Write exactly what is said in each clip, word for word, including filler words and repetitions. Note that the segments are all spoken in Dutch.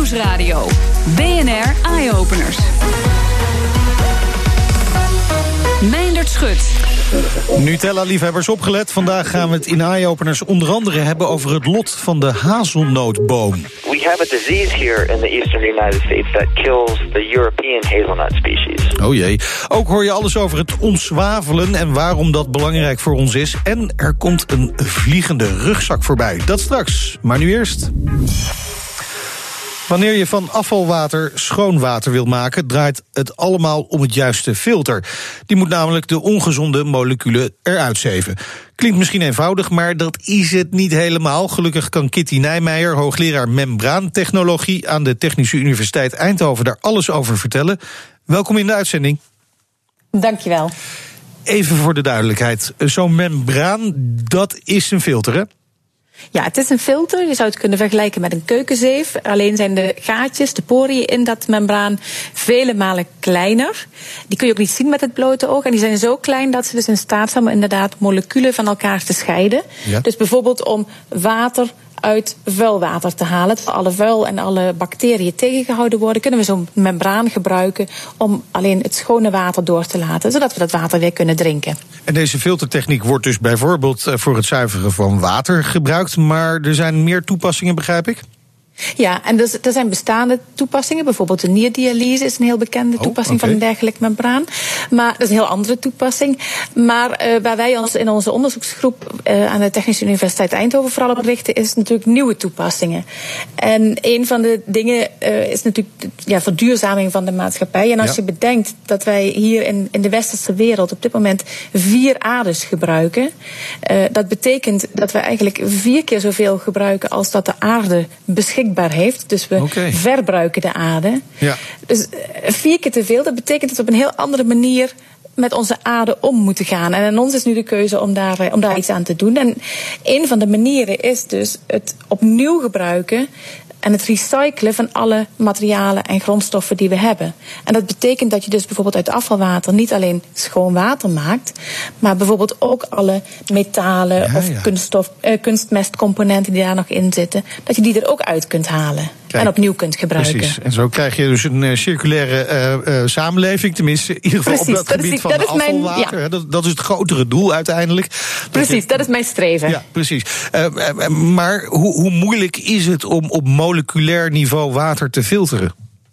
Nieuwsradio. B N R Eye-Openers. Meindert Schut. Nutella-liefhebbers opgelet. Vandaag gaan we het in Eye-Openers onder andere hebben over het lot van de hazelnootboom. We have a disease here in the eastern United States that kills the European hazelnut species. Oh jee. Ook hoor je alles over het ontzwavelen en waarom dat belangrijk voor ons is. En er komt een vliegende rugzak voorbij. Dat straks. Maar nu eerst. Wanneer je van afvalwater schoon water wil maken, draait het allemaal om het juiste filter. Die moet namelijk de ongezonde moleculen eruit zeven. Klinkt misschien eenvoudig, maar dat is het niet helemaal. Gelukkig kan Kitty Nijmeijer, hoogleraar membraantechnologie aan de Technische Universiteit Eindhoven, daar alles over vertellen. Welkom in de uitzending. Dankjewel. Even voor de duidelijkheid, zo'n membraan, dat is een filter, hè? Ja, het is een filter. Je zou het kunnen vergelijken met een keukenzeef. Alleen zijn de gaatjes, de poriën in dat membraan vele malen kleiner. Die kun je ook niet zien met het blote oog. En die zijn zo klein dat ze dus in staat zijn om inderdaad moleculen van elkaar te scheiden. Ja. Dus bijvoorbeeld om water uit vuilwater te halen. Dat alle vuil en alle bacteriën tegengehouden worden, kunnen we zo'n membraan gebruiken om alleen het schone water door te laten, zodat we dat water weer kunnen drinken. En deze filtertechniek wordt dus bijvoorbeeld voor het zuiveren van water gebruikt, maar er zijn meer toepassingen, begrijp ik? Ja, en dus, er zijn bestaande toepassingen. Bijvoorbeeld de nierdialyse is een heel bekende toepassing oh, okay. van een dergelijk membraan. Maar dat is een heel andere toepassing. Maar uh, waar wij ons in onze onderzoeksgroep uh, aan de Technische Universiteit Eindhoven vooral op richten, is natuurlijk nieuwe toepassingen. En een van de dingen uh, is natuurlijk de ja, verduurzaming van de maatschappij. En als ja. je bedenkt dat wij hier in, in de westerse wereld op dit moment vier aardes gebruiken. Uh, dat betekent dat we eigenlijk vier keer zoveel gebruiken als dat de aarde beschikbaar heeft. Dus we okay. verbruiken de aarde. Ja. Dus vier keer te veel, dat betekent dat we op een heel andere manier met onze aarde om moeten gaan. En aan ons is nu de keuze om daar, om daar iets aan te doen. En een van de manieren is dus het opnieuw gebruiken en het recyclen van alle materialen en grondstoffen die we hebben. En dat betekent dat je dus bijvoorbeeld uit afvalwater niet alleen schoon water maakt, maar bijvoorbeeld ook alle metalen ja, of ja. Kunststof, uh, kunstmestcomponenten die daar nog in zitten, dat je die er ook uit kunt halen. Kijk, en opnieuw kunt gebruiken. Precies. En zo krijg je dus een uh, circulaire uh, uh, samenleving, tenminste in ieder geval precies, op dat, dat gebied die, van dat afvalwater. Mijn, ja. dat, dat is het grotere doel uiteindelijk. Dat precies, je, dat is mijn streven. Ja, precies. Uh, uh, maar hoe, hoe moeilijk is het om op moleculair niveau water te filteren?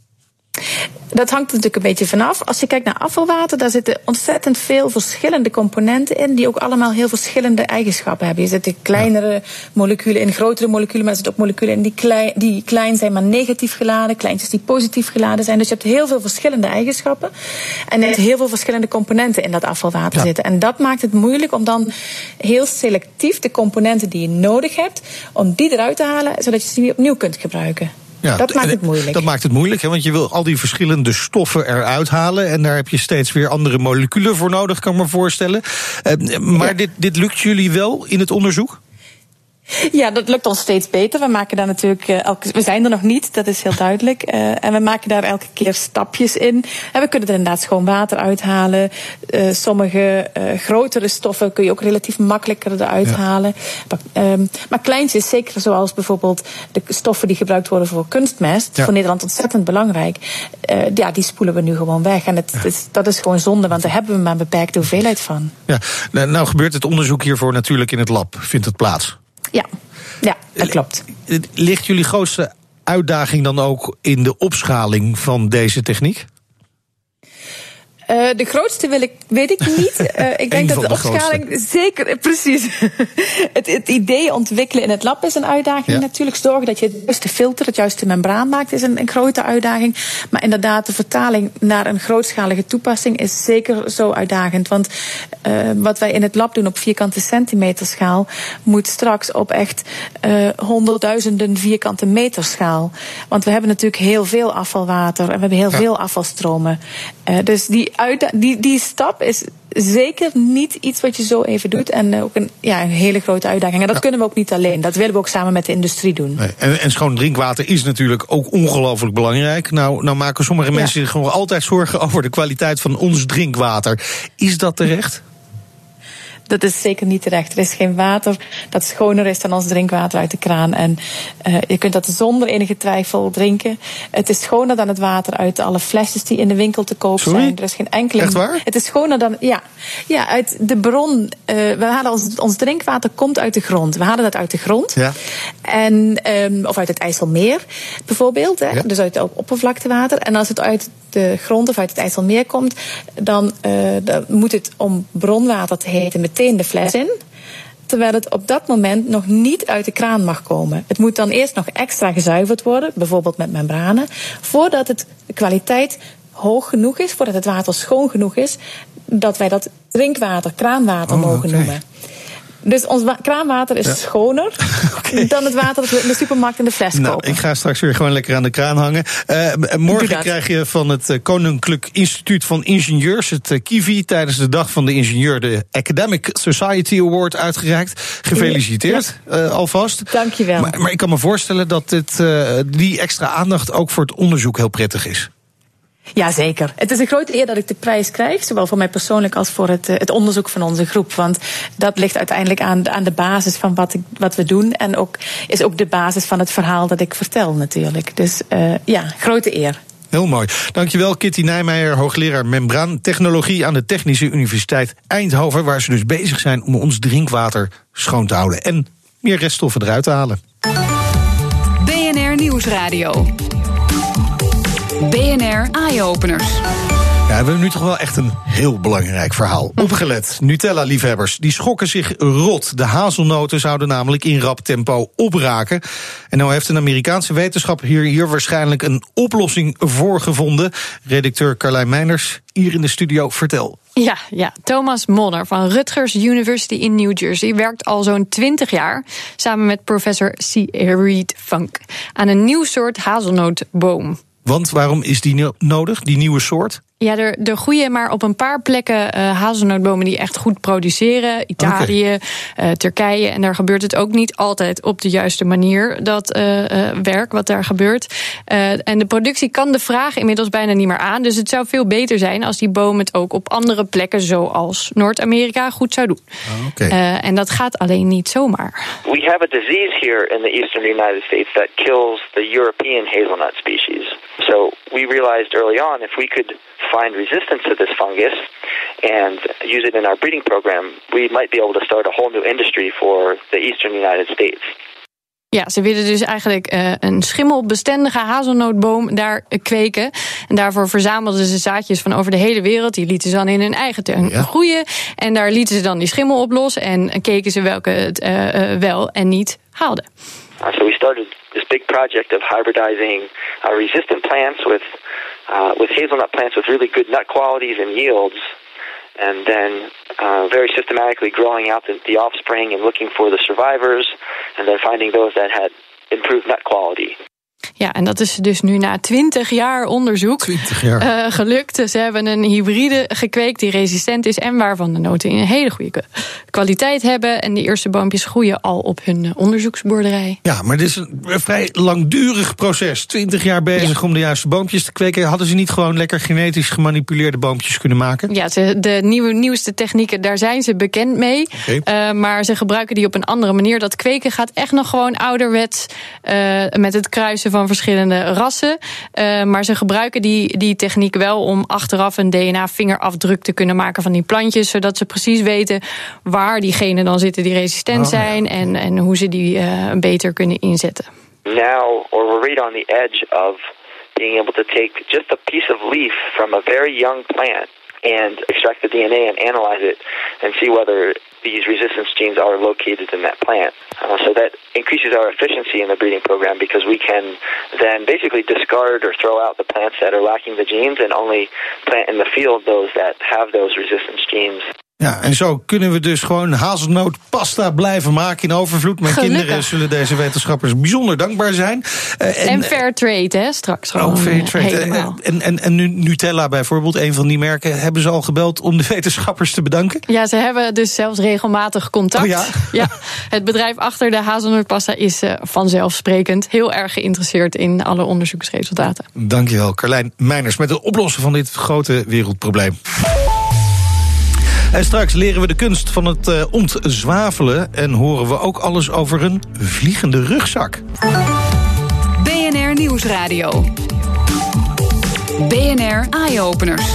Dat hangt er natuurlijk een beetje vanaf. Als je kijkt naar afvalwater, daar zitten ontzettend veel verschillende componenten in, die ook allemaal heel verschillende eigenschappen hebben. Er zitten kleinere ja. moleculen in, grotere moleculen, maar er zitten ook moleculen in die klein, die klein zijn, maar negatief geladen, kleintjes die positief geladen zijn. Dus je hebt heel veel verschillende eigenschappen. En er zitten heel veel verschillende componenten in dat afvalwater ja. zitten. En dat maakt het moeilijk om dan heel selectief de componenten die je nodig hebt, om die eruit te halen, zodat je ze weer opnieuw kunt gebruiken. Ja, dat maakt het moeilijk. Dat maakt het moeilijk, hè, want je wil al die verschillende stoffen eruit halen en daar heb je steeds weer andere moleculen voor nodig, kan ik me voorstellen. Uh, maar ja. dit, dit lukt jullie wel in het onderzoek? Ja, dat lukt ons steeds beter. We maken daar natuurlijk uh, elke, we zijn er nog niet, dat is heel duidelijk. Uh, en we maken daar elke keer stapjes in. En we kunnen er inderdaad schoon water uithalen. Uh, sommige uh, grotere stoffen kun je ook relatief makkelijker eruit ja. halen. Maar, um, maar kleintjes, zeker zoals bijvoorbeeld de stoffen die gebruikt worden voor kunstmest, ja. voor Nederland ontzettend belangrijk. Uh, ja, die spoelen we nu gewoon weg. En het, ja. het, dat is gewoon zonde, want daar hebben we maar een beperkte hoeveelheid van. Ja, nou, nou gebeurt het onderzoek hiervoor natuurlijk in het lab. Vindt het plaats? Ja, ja, dat klopt. Ligt jullie grootste uitdaging dan ook in de opschaling van deze techniek? Uh, de grootste wil ik, weet ik niet. Uh, ik denk dat de, de opschaling grootste. Zeker, precies. het, het idee ontwikkelen in het lab is een uitdaging ja. natuurlijk. Zorgen dat je het juiste filter, het juiste membraan maakt, is een, een grote uitdaging. Maar inderdaad, de vertaling naar een grootschalige toepassing is zeker zo uitdagend. Want uh, wat wij in het lab doen op vierkante centimeter schaal, moet straks op echt uh, honderdduizenden vierkante meter schaal. Want we hebben natuurlijk heel veel afvalwater en we hebben heel ja. veel afvalstromen. Uh, dus die Uit, die, die stap is zeker niet iets wat je zo even doet. En ook een, ja, een hele grote uitdaging. En dat ja. kunnen we ook niet alleen. Dat willen we ook samen met de industrie doen. Nee, en, en schoon drinkwater is natuurlijk ook ongelooflijk belangrijk. Nou, nou maken sommige ja. mensen zich gewoon altijd zorgen over de kwaliteit van ons drinkwater. Is dat terecht? Dat is zeker niet terecht. Er is geen water dat schoner is dan ons drinkwater uit de kraan. En uh, je kunt dat zonder enige twijfel drinken. Het is schoner dan het water uit alle flesjes die in de winkel te koop Sorry? zijn. Er is geen enkele. Echt waar? Het is schoner dan. Ja, ja uit de bron. Uh, we halen ons, ons drinkwater komt uit de grond. We halen dat uit de grond. Ja. En, um, of uit het IJsselmeer bijvoorbeeld. Hè? Ja. Dus uit het oppervlaktewater. En als het uit de grond of uit het IJsselmeer komt, dan, uh, dan moet het om bronwater te heten meteen de fles in. Terwijl het op dat moment nog niet uit de kraan mag komen. Het moet dan eerst nog extra gezuiverd worden, bijvoorbeeld met membranen, voordat het de kwaliteit hoog genoeg is, voordat het water schoon genoeg is, dat wij dat drinkwater, kraanwater oh, mogen okay. noemen. Dus ons wa- kraanwater is ja. schoner okay. dan het water dat we in de supermarkt in de fles nou, kopen. Ik ga straks weer gewoon lekker aan de kraan hangen. Uh, morgen krijg je van het Koninklijk Instituut van Ingenieurs, het uh, K I V I, tijdens de Dag van de Ingenieur de Academic Society Award uitgereikt. Gefeliciteerd ja. uh, alvast. Dank je wel. Maar, maar ik kan me voorstellen dat dit, uh, die extra aandacht ook voor het onderzoek heel prettig is. Ja, zeker. Het is een grote eer dat ik de prijs krijg, zowel voor mij persoonlijk als voor het, het onderzoek van onze groep. Want dat ligt uiteindelijk aan, aan de basis van wat, ik, wat we doen. En ook, is ook de basis van het verhaal dat ik vertel natuurlijk. Dus uh, ja, grote eer. Heel mooi. Dankjewel, Kitty Nijmeijer, hoogleraar membraantechnologie aan de Technische Universiteit Eindhoven, waar ze dus bezig zijn om ons drinkwater schoon te houden en meer reststoffen eruit te halen. B N R Nieuwsradio. B N R Eye-openers. Ja, we hebben nu toch wel echt een heel belangrijk verhaal. Opgelet, Nutella-liefhebbers, die schokken zich rot. De hazelnoten zouden namelijk in rap tempo opraken. En nou heeft een Amerikaanse wetenschapper hier, hier waarschijnlijk een oplossing voor gevonden. Redacteur Carlijn Meiners, hier in de studio, vertel. Ja, ja, Thomas Monner van Rutgers University in New Jersey werkt al zo'n twintig jaar samen met professor C. Reed Funk aan een nieuw soort hazelnootboom. Want waarom is die nodig, die nieuwe soort? Ja, er, er groeien maar op een paar plekken uh, hazelnootbomen die echt goed produceren. Italië, okay. uh, Turkije. En daar gebeurt het ook niet altijd op de juiste manier, dat uh, uh, werk wat daar gebeurt. Uh, en de productie kan de vraag inmiddels bijna niet meer aan. Dus het zou veel beter zijn als die boom het ook op andere plekken, zoals Noord-Amerika, goed zou doen. Oh, okay. uh, en dat gaat alleen niet zomaar. We have a disease here in the eastern United States that kills the European hazelnut species. So we realized early on if we could find resistance to this fungus and use it in our breeding program, we might be able to start a whole new industry for the eastern United States. Ja, ze willen dus eigenlijk uh, een schimmelbestendige hazelnootboom daar uh, kweken. En daarvoor verzamelden ze zaadjes van over de hele wereld. Die lieten ze dan in hun eigen tuin ja. groeien. En daar lieten ze dan die schimmel op los. En keken ze welke het uh, uh, wel en niet haalden. Uh, so we started this big project of hybridizing uh, resistant plants with uh, with hazelnut plants with really good nut qualities and yields, and then uh, very systematically growing out the, the offspring and looking for the survivors, and then finding those that had improved nut quality. Ja, en dat is dus nu na twintig jaar onderzoek twintig jaar. Uh, gelukt. Ze hebben een hybride gekweekt die resistent is en waarvan de noten een hele goede kwaliteit hebben. En de eerste boompjes groeien al op hun onderzoeksboerderij. Ja, maar dit is een vrij langdurig proces. twintig jaar bezig ja. om de juiste boompjes te kweken. Hadden ze niet gewoon lekker genetisch gemanipuleerde boompjes kunnen maken? Ja, ze, de nieuwe, nieuwste technieken, daar zijn ze bekend mee. Okay. Uh, maar ze gebruiken die op een andere manier. Dat kweken gaat echt nog gewoon ouderwets uh, met het kruisen van verschillende rassen. Uh, maar ze gebruiken die, die techniek wel om achteraf een D N A-vingerafdruk te kunnen maken van die plantjes, zodat ze precies weten waar die genen dan zitten die resistent oh, zijn ja. en, en hoe ze die uh, beter kunnen inzetten. Now, or we're right on the edge of being able to take just a piece of leaf from a very young plant and extract the D N A and analyze it and see whether these resistance genes are located in that plant. Uh, so that increases our efficiency in the breeding program because we can then basically discard or throw out the plants that are lacking the genes and only plant in the field those that have those resistance genes. Ja, en zo kunnen we dus gewoon hazelnootpasta blijven maken in overvloed. Mijn Gelukkig. kinderen zullen deze wetenschappers bijzonder dankbaar zijn. Uh, en, en fair trade, hè, straks gewoon. Ook fair trade. En, en, en Nutella bijvoorbeeld, een van die merken, hebben ze al gebeld om de wetenschappers te bedanken? Ja, ze hebben dus zelfs regelmatig contact. Oh ja? Ja, het bedrijf achter de hazelnootpasta is uh, vanzelfsprekend heel erg geïnteresseerd in alle onderzoeksresultaten. Dankjewel, Carlijn Meiners, met het oplossen van dit grote wereldprobleem. En straks leren we de kunst van het uh, ontzwavelen en horen we ook alles over een vliegende rugzak. B N R Nieuwsradio. B N R Eye-openers.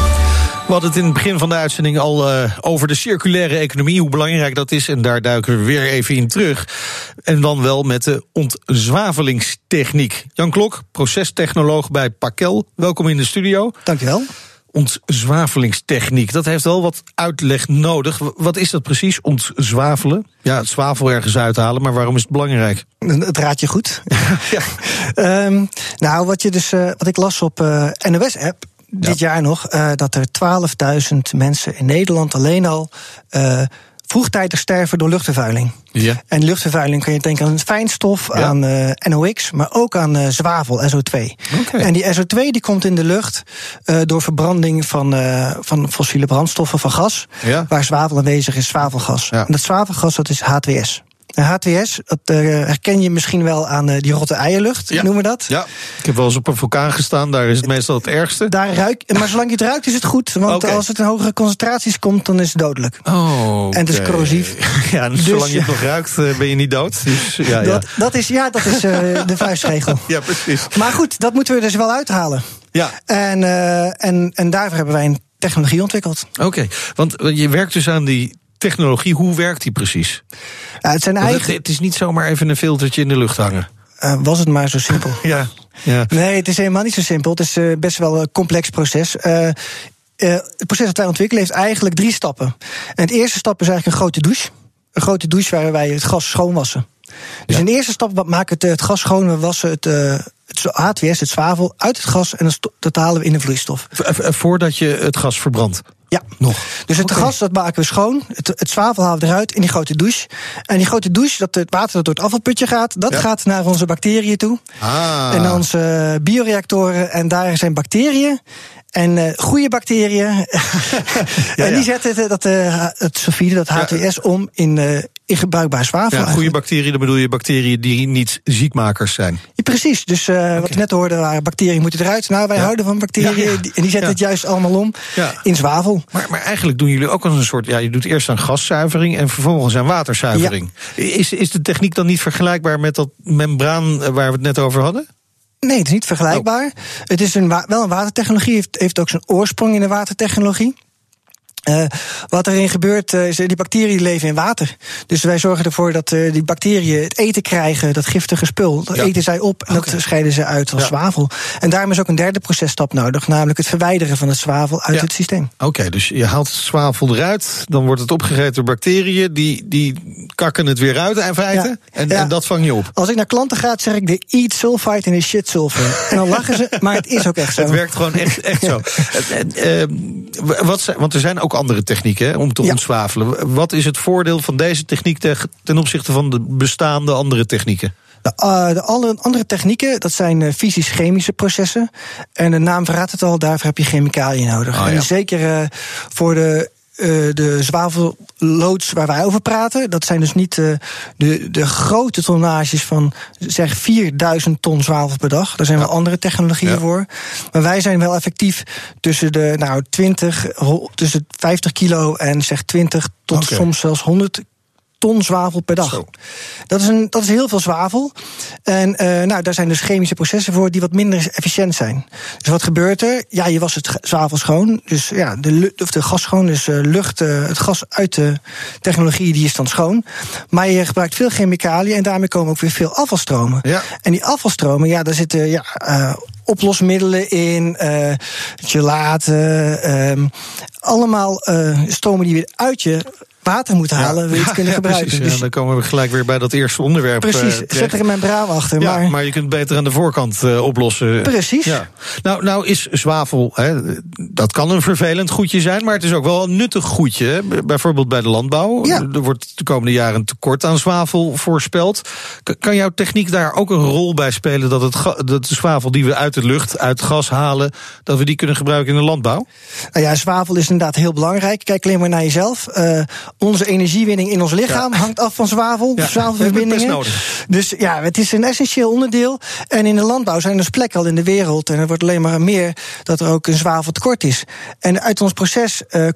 We hadden het in het begin van de uitzending al uh, over de circulaire economie, hoe belangrijk dat is. En daar duiken we weer even in terug. En dan wel met de ontzwavelingstechniek. Jan Klok, procestechnoloog bij Pakel. Welkom in de studio. Dankjewel. Ontzwavelingstechniek, dat heeft wel wat uitleg nodig. Wat is dat precies, ontzwavelen? Ja, het zwavel ergens uithalen, maar waarom is het belangrijk? Het raad je goed. Ja. um, nou, wat, je dus, uh, wat ik las op uh, N O S-app... dit ja. jaar nog, uh, dat er twaalfduizend mensen in Nederland alleen al uh, vroegtijdig sterven door luchtvervuiling. Ja. En luchtvervuiling kun je denken aan fijnstof, ja. aan uh, N O X, maar ook aan uh, zwavel, S O twee. Okay. En die S O twee die komt in de lucht uh, door verbranding van, uh, van fossiele brandstoffen, van gas. Ja. Waar zwavel aanwezig is, zwavelgas. Ja. En dat zwavelgas, dat is H twee S. En H twee S, dat uh, herken je misschien wel aan uh, die rotte eierlucht, ja. noemen we dat. Ja, ik heb wel eens op een vulkaan gestaan, daar is het meestal het ergste. Daar ruik, maar zolang je het ruikt is het goed, want okay. als het in hogere concentraties komt, dan is het dodelijk. Oh, okay. En het is corrosief. Ja, dus, dus zolang je het nog ruikt, ben je niet dood. Dus, ja, dat, ja. dat is, ja, dat is uh, de vuistregel. Ja, precies. Maar goed, dat moeten we dus wel uithalen. Ja. En, uh, en, en daarvoor hebben wij een technologie ontwikkeld. Oké, okay. want je werkt dus aan die technologie, hoe werkt die precies? Ja, het, zijn eigen... het, het is niet zomaar even een filtertje in de lucht hangen. Uh, was het maar zo simpel. ja, ja. Nee, het is helemaal niet zo simpel. Het is uh, best wel een complex proces. Uh, uh, het proces dat wij ontwikkelen heeft eigenlijk drie stappen. En het eerste stap is eigenlijk een grote douche. Een grote douche waar wij het gas schoonwassen. Dus ja. in de eerste stap wat maken we het, het gas schoon. We wassen het, uh, het H twee S, het zwavel, uit het gas en dat halen we in de vloeistof. Voordat je het gas verbrandt? Ja, nog. Dus het okay. gas dat maken we schoon, het, het zwavel halen we eruit in die grote douche. En die grote douche, dat het water dat door het afvalputje gaat, dat ja. gaat naar onze bacteriën toe. Ah. En naar onze bioreactoren. En daar zijn bacteriën. En uh, goede bacteriën. ja, en die ja. zetten het, dat, uh, het sulfide, dat H twee S, ja. om in, uh, in gebruikbaar zwavel. Ja, goede bacteriën, dan bedoel je bacteriën die niet ziekmakers zijn. Ja, precies. Dus uh, okay. wat we net hoorden waren bacteriën moeten eruit. Nou, wij ja. houden van bacteriën. Ja, ja. En die zetten ja. het juist allemaal om ja. in zwavel. Maar, maar eigenlijk doen jullie ook als een soort... Ja, je doet eerst aan gaszuivering en vervolgens aan waterzuivering. Ja. Is, is de techniek dan niet vergelijkbaar met dat membraan waar we het net over hadden? Nee, het is niet vergelijkbaar. Oh. Het is een wa- wel een watertechnologie, heeft, heeft ook zijn oorsprong in de watertechnologie. Uh, wat erin gebeurt, uh, is die bacteriën leven in water. Dus wij zorgen ervoor dat uh, die bacteriën het eten krijgen, dat giftige spul. Dat ja. eten zij op en okay. dat scheiden ze uit als ja. zwavel. En daarom is ook een derde processtap nodig, namelijk het verwijderen van het zwavel uit ja. het systeem. Oké, okay, dus je haalt het zwavel eruit, dan wordt het opgegeten door bacteriën, die, die kakken het weer uit in feite, ja. En, ja. en dat vang je op. Als ik naar klanten ga, zeg ik de eat sulfite en de shit sulfur. En dan lachen ze, maar het is ook echt zo. Het werkt gewoon echt, echt zo. uh, wat zijn, want er zijn ook andere technieken hè, om te ja. ontzwavelen. Wat is het voordeel van deze techniek ten opzichte van de bestaande andere technieken? De, uh, de alle andere technieken, dat zijn uh, fysisch-chemische processen. En de naam verraadt het al, daarvoor heb je chemicaliën nodig. Oh, ja. En zeker uh, voor de... Uh, de zwavelloods waar wij over praten, dat zijn dus niet uh, de, de grote tonnages van zeg vierduizend ton zwavel per dag. Daar zijn ja. wel andere technologieën ja. voor. Maar wij zijn wel effectief tussen de nou twintig, tussen vijftig kilo en zeg twintig tot okay. soms zelfs honderd ton zwavel per dag. Zo. Dat is, een, dat is heel veel zwavel. En uh, nou, daar zijn dus chemische processen voor die wat minder efficiënt zijn. Dus wat gebeurt er? Ja, je was het zwavel schoon. Dus ja, de, of de gas schoon, dus uh, lucht, uh, het gas uit de technologie, die is dan schoon. Maar je gebruikt veel chemicaliën en daarmee komen ook weer veel afvalstromen. Ja. En die afvalstromen, ja, daar zitten ja, uh, oplosmiddelen in, uh, gelaten, uh, allemaal uh, stromen die weer uit je water moeten halen, ja, wil je het kunnen ja, gebruiken. Precies, dus ja, dan komen we gelijk weer bij dat eerste onderwerp. Precies, uh, zet er een membraan achter. Ja, maar... maar je kunt het beter aan de voorkant uh, oplossen. Precies. Ja. Nou, nou is zwavel, hè, dat kan een vervelend goedje zijn, maar het is ook wel een nuttig goedje. Hè. Bijvoorbeeld bij de landbouw. Ja. Er wordt de komende jaren een tekort aan zwavel voorspeld. Kan jouw techniek daar ook een rol bij spelen, dat, het ga, dat de zwavel die we uit de lucht, uit gas halen, dat we die kunnen gebruiken in de landbouw? Nou ja, zwavel is inderdaad heel belangrijk. Kijk alleen maar naar jezelf. Uh, onze energiewinning in ons lichaam ja. hangt af van zwavel, ja. zwavelverbindingen. Dus ja, het is een essentieel onderdeel. En in de landbouw zijn er dus plekken al in de wereld, en er wordt alleen maar meer, dat er ook een zwaveltekort is. En uit ons proces uh,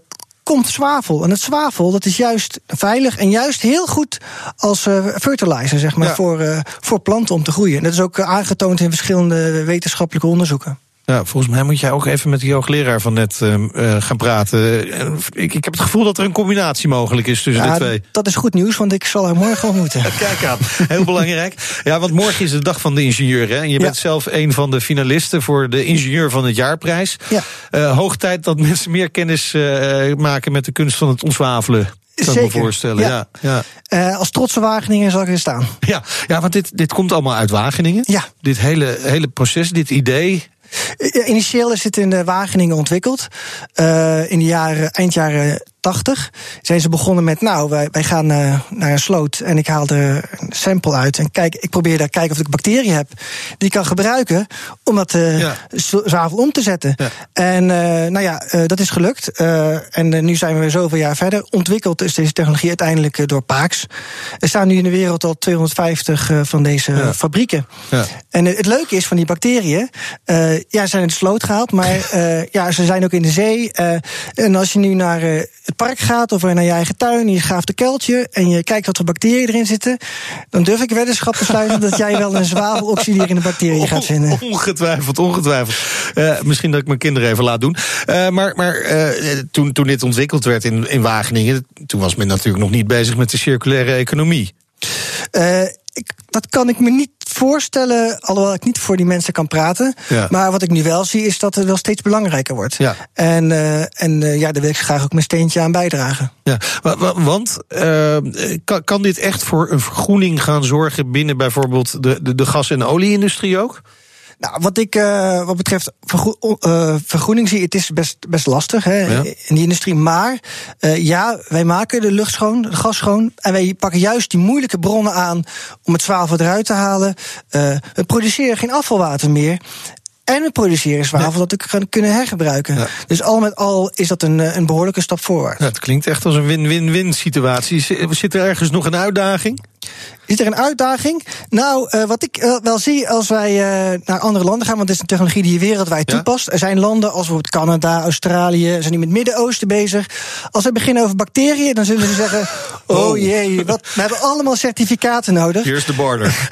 komt zwavel. En het zwavel, dat is juist veilig en juist heel goed als uh, fertilizer, zeg maar, ja. voor, uh, voor planten om te groeien. En dat is ook uh, aangetoond in verschillende wetenschappelijke onderzoeken. Ja, volgens mij moet jij ook even met die hoogleraar van net uh, uh, gaan praten. Ik, ik heb het gevoel dat er een combinatie mogelijk is tussen ja, de twee. Dat is goed nieuws, want ik zal er morgen ontmoeten. Kijk aan, heel belangrijk. Ja, want morgen is de dag van de ingenieur, hè? En je ja. bent zelf een van de finalisten voor de ingenieur van het jaarprijs. Ja. Uh, hoog tijd dat mensen meer kennis uh, maken met de kunst van het ontzwavelen. Kan Zeker. ik me voorstellen, ja. ja, ja. Uh, als trotse Wageningen zal ik er staan. Ja, ja, want dit, dit komt allemaal uit Wageningen. Ja. Dit hele, hele proces, dit idee. Ja, initieel is het in de Wageningen ontwikkeld. Uh, in de jaren, eind jaren tachtig zijn ze begonnen met, nou, wij, wij gaan uh, naar een sloot en ik haal er een sample uit en kijk, ik probeer daar kijken of ik bacteriën heb die ik kan gebruiken om dat uh, ja. zwavel om te zetten. Ja. En uh, nou ja, uh, dat is gelukt. Uh, en uh, nu zijn we weer zoveel jaar verder. Ontwikkeld is deze technologie uiteindelijk uh, door Paaks. Er staan nu in de wereld al tweehonderdvijftig uh, van deze ja. fabrieken. Ja. En uh, het leuke is van die bacteriën, uh, ja, ze zijn in de sloot gehaald, maar uh, ja, ze zijn ook in de zee. Uh, en als je nu naar uh, het park gaat of naar je eigen tuin en je graaft een kuiltje en je kijkt wat voor bacteriën erin zitten, dan durf ik weddenschap te sluiten dat jij wel een zwaveloxiderende bacterie gaat vinden. Ongetwijfeld, ongetwijfeld. Uh, misschien dat ik mijn kinderen even laat doen. Uh, maar maar uh, toen, toen dit ontwikkeld werd in, in Wageningen, toen was men natuurlijk nog niet bezig met de circulaire economie. Uh, ik, dat kan ik me niet voorstellen, alhoewel ik niet voor die mensen kan praten. Ja. Maar wat ik nu wel zie, is dat het wel steeds belangrijker wordt. Ja. En, uh, en uh, ja, daar wil ik graag ook mijn steentje aan bijdragen. Ja, want uh, kan, kan dit echt voor een vergroening gaan zorgen binnen bijvoorbeeld de, de, de gas- en olie-industrie ook? Nou, wat ik uh, wat betreft vergro- uh, vergroening zie, het is best, best lastig hè, ja. in die industrie. Maar uh, ja, wij maken de lucht schoon, de gas schoon. En wij pakken juist die moeilijke bronnen aan om het zwavel eruit te halen. Uh, we produceren geen afvalwater meer. En we produceren zwavel ja. dat we gaan kunnen hergebruiken. Ja. Dus al met al is dat een, een behoorlijke stap voorwaarts. Ja, het klinkt echt als een win-win-win situatie. Zit er ergens nog een uitdaging? Is er een uitdaging? Nou, uh, wat ik uh, wel zie als wij uh, naar andere landen gaan, want het is een technologie die je wereldwijd ja. toepast. Er zijn landen als bijvoorbeeld Canada, Australië, zijn die met het Midden-Oosten bezig. Als we beginnen over bacteriën, dan zullen ze zeggen, oh, oh jee, wat, we hebben allemaal certificaten nodig. Here's the border.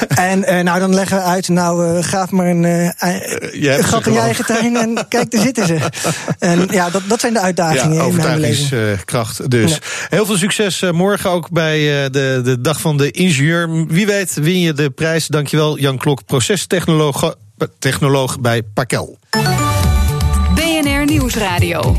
en uh, nou, dan leggen we uit, nou, uh, graaf maar een, uh, uh, een gat in je eigen tuin en kijk, daar zitten ze. En ja, dat, dat zijn de uitdagingen ja, in mijn beleving. Overtuigingskracht dus. Ja. Heel veel succes uh, morgen ook bij uh, de, de dag van de ingenieur. Wie weet win je de prijs. Dankjewel, Jan Klok, procestechnoloog technoloog bij Pakel. B N R Nieuwsradio.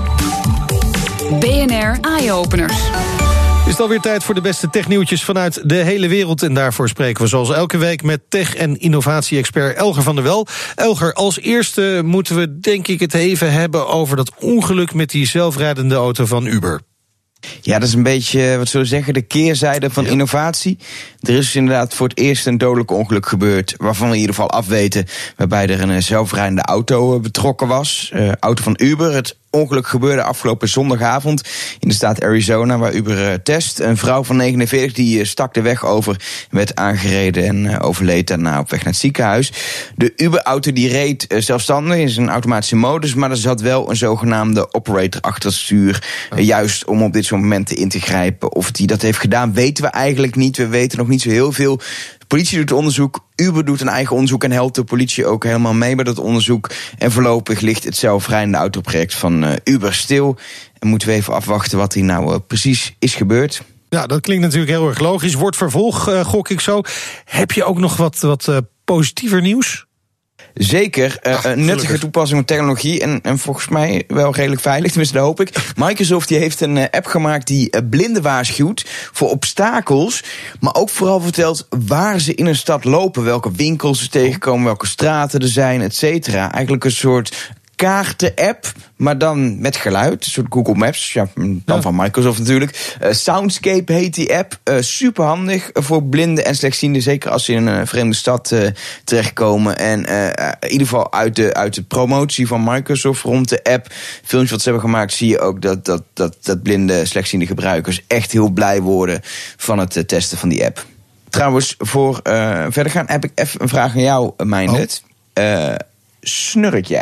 B N R Eye-openers. Is het alweer tijd voor de beste technieuwtjes vanuit de hele wereld. En daarvoor spreken we zoals elke week met tech- en innovatie-expert Elger van der Wel. Elger, als eerste moeten we denk ik het even hebben over dat ongeluk met die zelfrijdende auto van Uber. Ja, dat is een beetje, wat zullen we zeggen, de keerzijde van ja. innovatie. Er is dus inderdaad voor het eerst een dodelijk ongeluk gebeurd, waarvan we in ieder geval afweten, waarbij er een zelfrijdende auto betrokken was. Uh, auto van Uber. Het ongeluk gebeurde afgelopen zondagavond in de staat Arizona, waar Uber test. Een vrouw van negenenveertig die stak de weg over, werd aangereden en overleed daarna op weg naar het ziekenhuis. De Uber-auto die reed zelfstandig in zijn automatische modus, maar er zat wel een zogenaamde operator achter het stuur, oh. juist om op dit soort momenten in te grijpen. Of die dat heeft gedaan, weten we eigenlijk niet. We weten nog niet zo heel veel. De politie doet onderzoek, Uber doet een eigen onderzoek en helpt de politie ook helemaal mee bij dat onderzoek. En voorlopig ligt het zelfrijdende autoproject van uh, Uber stil. En moeten we even afwachten wat hier nou uh, precies is gebeurd. Ja, dat klinkt natuurlijk heel erg logisch. Wordt vervolg, uh, gok ik zo. Heb je ook nog wat, wat uh, positiever nieuws? Zeker, Ach, een nuttige toepassing van technologie en, en volgens mij wel redelijk veilig, tenminste dat hoop ik. Microsoft die heeft een app gemaakt die blinden waarschuwt voor obstakels, maar ook vooral vertelt waar ze in een stad lopen, welke winkels ze tegenkomen, welke straten er zijn, et cetera. Eigenlijk een soort kaarten-app, maar dan met geluid. Een soort Google Maps, ja, dan ja. van Microsoft natuurlijk. Uh, Soundscape heet die app. Uh, super handig voor blinden en slechtzienden, zeker als ze in een vreemde stad uh, terechtkomen. En uh, in ieder geval uit de, uit de promotie van Microsoft rond de app, filmpjes wat ze hebben gemaakt, zie je ook dat, dat, dat, dat blinde, slechtziende gebruikers echt heel blij worden van het uh, testen van die app. Trouwens, voor uh, verder gaan heb ik even een vraag aan jou, Meindert. Oh. Uh, snurk jij?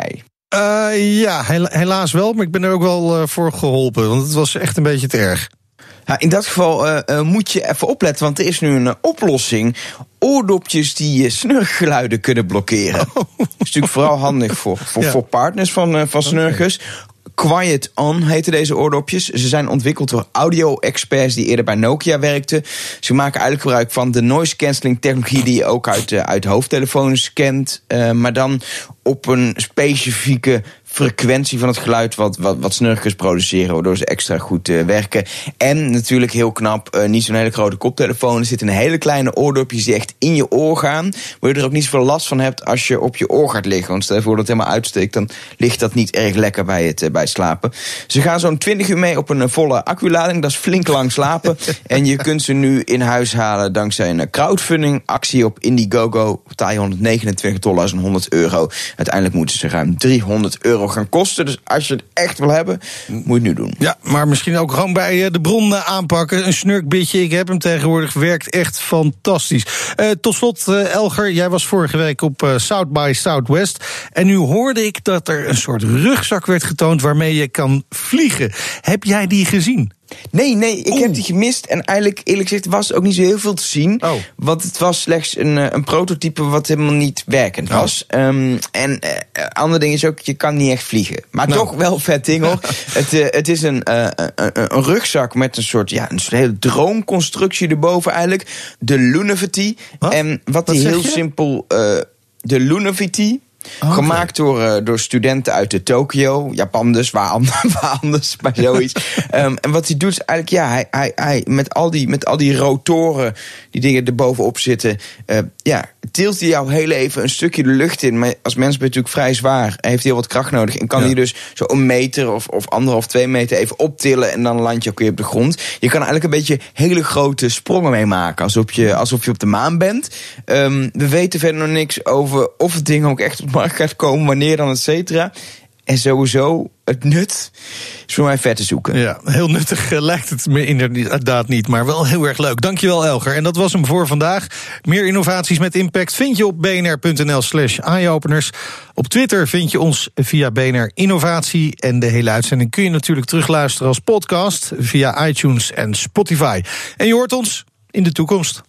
Uh, ja, helaas wel, maar ik ben er ook wel uh, voor geholpen. Want het was echt een beetje te erg. Ja, in dat geval uh, uh, moet je even opletten, want er is nu een uh, oplossing. Oordopjes die uh, snurkgeluiden kunnen blokkeren. Oh. Dat is natuurlijk vooral handig voor, voor, ja. voor partners van, uh, van snurkers. Okay. Quiet On heten deze oordopjes. Ze zijn ontwikkeld door audio-experts die eerder bij Nokia werkten. Ze maken eigenlijk gebruik van de noise cancelling technologie die je ook uit, uh, uit hoofdtelefoons kent. Uh, maar dan op een specifieke frequentie van het geluid wat, wat, wat snurkers produceren, waardoor ze extra goed uh, werken. En natuurlijk heel knap, uh, niet zo'n hele grote koptelefoon. Er zitten een hele kleine oordopjes die echt in je oor gaan, waar je er ook niet zoveel last van hebt als je op je oor gaat liggen. Want stel je voor dat het helemaal uitsteekt, dan ligt dat niet erg lekker bij het, uh, bij het slapen. Ze gaan zo'n twintig uur mee op een uh, volle acculading. Dat is flink lang slapen. En je kunt ze nu in huis halen dankzij een crowdfunding actie op Indiegogo. Betaal je honderdnegenentwintig dollar en honderd euro. Uiteindelijk moeten ze ruim driehonderd euro gaan kosten. Dus als je het echt wil hebben, moet je het nu doen. Ja, maar misschien ook gewoon bij de bron aanpakken. Een snurkbitje, ik heb hem tegenwoordig, werkt echt fantastisch. Uh, tot slot, uh, Elger, jij was vorige week op uh, South by Southwest. En nu hoorde ik dat er een soort rugzak werd getoond waarmee je kan vliegen. Heb jij die gezien? Nee, nee, ik Oeh. heb die gemist. En eigenlijk, eerlijk gezegd, was er ook niet zo heel veel te zien. Oh. Want het was slechts een, een prototype wat helemaal niet werkend was. Oh. Um, en uh, andere ding is ook, je kan niet echt vliegen. Maar nou. toch wel vet ding, hoor. het, uh, het is een, uh, een, een rugzak met een soort, ja, een soort hele droomconstructie erboven eigenlijk. De Lunavity. Wat? En wat die heel je? simpel... Uh, de Lunavity... Okay. Gemaakt door, uh, door studenten uit de Tokio. Japan dus, waar anders, waar anders bij zoiets. um, en wat hij doet is eigenlijk, ja, hij, hij, hij, met, al die, met al die rotoren, die dingen erbovenop zitten, uh, ja, tilt hij jou heel even een stukje de lucht in. Maar als mens ben je natuurlijk vrij zwaar. Hij heeft heel wat kracht nodig. En kan ja. hij dus zo een meter of, of anderhalf, twee meter even optillen. En dan land je ook weer op de grond. Je kan eigenlijk een beetje hele grote sprongen mee maken. Alsof je, alsof je op de maan bent. Um, we weten verder nog niks over of het ding ook echt op de markt gaat komen. Wanneer dan, et cetera. En sowieso, het nut is voor mij vet te zoeken. Ja, heel nuttig uh, lijkt het me inderdaad niet, maar wel heel erg leuk. Dankjewel, Elger. En dat was hem voor vandaag. Meer innovaties met impact vind je op bnr.nl slash eyeopeners. Op Twitter vind je ons via B N R Innovatie. En de hele uitzending kun je natuurlijk terugluisteren als podcast via iTunes en Spotify. En je hoort ons in de toekomst.